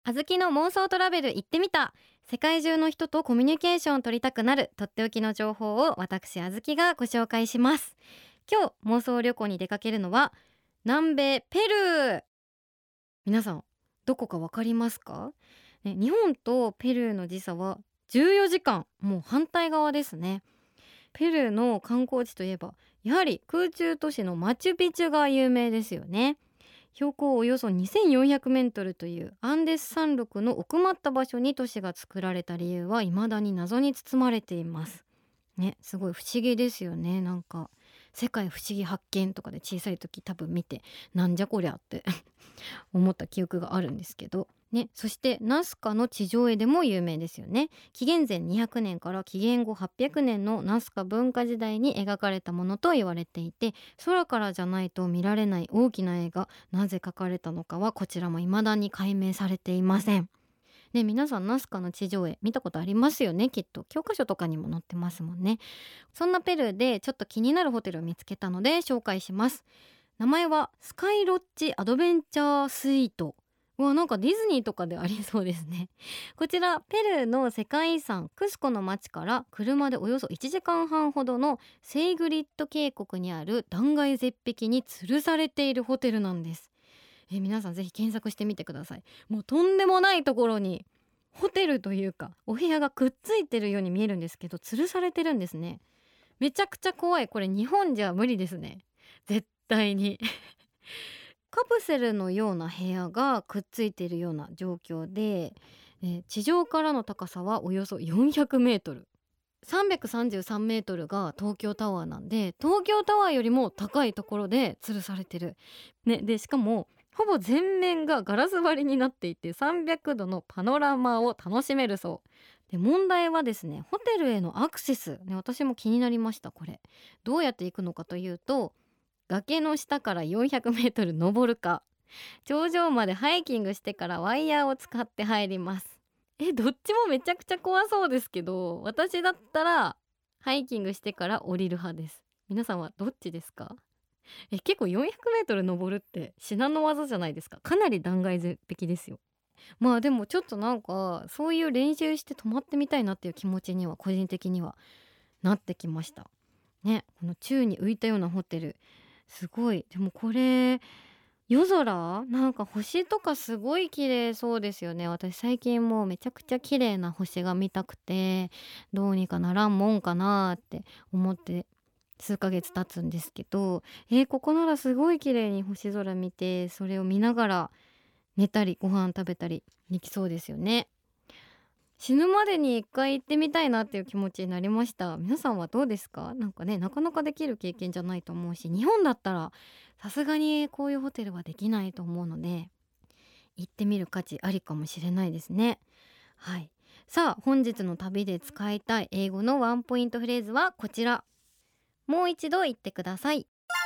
あずきの妄想トラベル行ってみた。世界中の人とコミュニケーションを取りたくなるとっておきの情報を私あずきがご紹介します。今日妄想旅行に出かけるのは南米ペルー。皆さんどこかわかりますか、ね、日本とペルーの時差は14時間、もう反対側ですね。ペルーの観光地といえばやはり空中都市のマチュピチュが有名ですよね。標高およそ2400メートルというアンデス山麓の奥まった場所に都市が作られた理由は未だに謎に包まれていますね。すごい不思議ですよね。なんか世界不思議発見とかで小さい時多分見てなんじゃこりゃって思った記憶があるんですけどね。そしてナスカの地上絵でも有名ですよね。紀元前200年から紀元後800年のナスカ文化時代に描かれたものと言われていて、空からじゃないと見られない大きな絵がなぜ描かれたのかはこちらも未だに解明されていません。ね、皆さんナスカの地上絵見たことありますよね。きっと教科書とかにも載ってますもんね。そんなペルーでちょっと気になるホテルを見つけたので紹介します。名前はスカイロッジアドベンチャースイート。なんかディズニーとかでありそうですね。こちらペルーの世界遺産クスコの町から車でおよそ1時間半ほどのセイグリッド渓谷にある断崖絶壁に吊るされているホテルなんです。皆さんぜひ検索してみてください。もうとんでもないところにホテルというかお部屋がくっついてるように見えるんですけど、吊るされてるんですね。めちゃくちゃ怖い。これ日本じゃ無理ですね、絶対にカプセルのような部屋がくっついているような状況で、地上からの高さはおよそ400メートル、333メートルが東京タワーなんで、東京タワーよりも高いところで吊るされてる、ね、でしかもほぼ全面がガラス張りになっていて300度のパノラマを楽しめるそうで、問題はですねホテルへのアクセス、ね、私も気になりました。これどうやって行くのかというと、崖の下から400メートル登るか、頂上までハイキングしてからワイヤーを使って入ります。どっちもめちゃくちゃ怖そうですけど、私だったらハイキングしてから降りる派です。皆さんはどっちですか？結構400メートル登るって至難の技じゃないですか。かなり断崖絶壁ですよ。まあでもちょっとなんかそういう練習して泊まってみたいなっていう気持ちには個人的にはなってきましたね。この宙に浮いたようなホテル、すごい。でもこれ夜空なんか星とかすごい綺麗そうですよね。私最近もうめちゃくちゃ綺麗な星が見たくて、どうにかならんもんかなって思って数ヶ月経つんですけど、ここならすごい綺麗に星空見て、それを見ながら寝たりご飯食べたりできそうですよね。死ぬまでに一回行ってみたいなっていう気持ちになりました。皆さんはどうですか？なんかね、なかなかできる経験じゃないと思うし、日本だったらさすがにこういうホテルはできないと思うので、行ってみる価値ありかもしれないですね。はい。さあ本日の旅で使いたい英語のワンポイントフレーズはこちら。もう一度言ってください。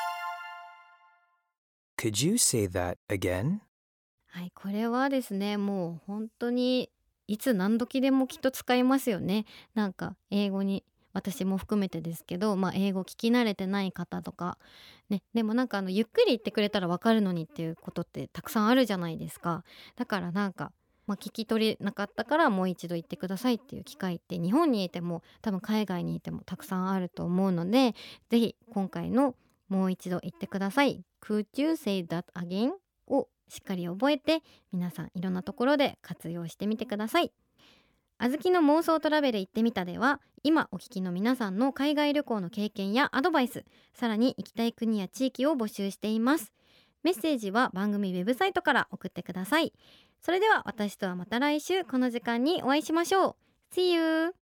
Could you say that again? はい、これはですね、もう本当にいつ何時でもきっと使いますよね。なんか英語に私も含めてですけど、英語聞き慣れてない方とかね、でもなんかゆっくり言ってくれたらわかるのにっていうことってたくさんあるじゃないですか。だからなんか、聞き取れなかったからもう一度言ってくださいっていう機会って日本にいても多分海外にいてもたくさんあると思うので、ぜひ今回のもう一度言ってください Could you say that again? をしっかり覚えて、皆さんいろんなところで活用してみてください。あずきの妄想トラベル行ってみたでは、今お聞きの皆さんの海外旅行の経験やアドバイス、さらに行きたい国や地域を募集しています。メッセージは番組ウェブサイトから送ってください。それでは私とはまた来週この時間にお会いしましょう。See you!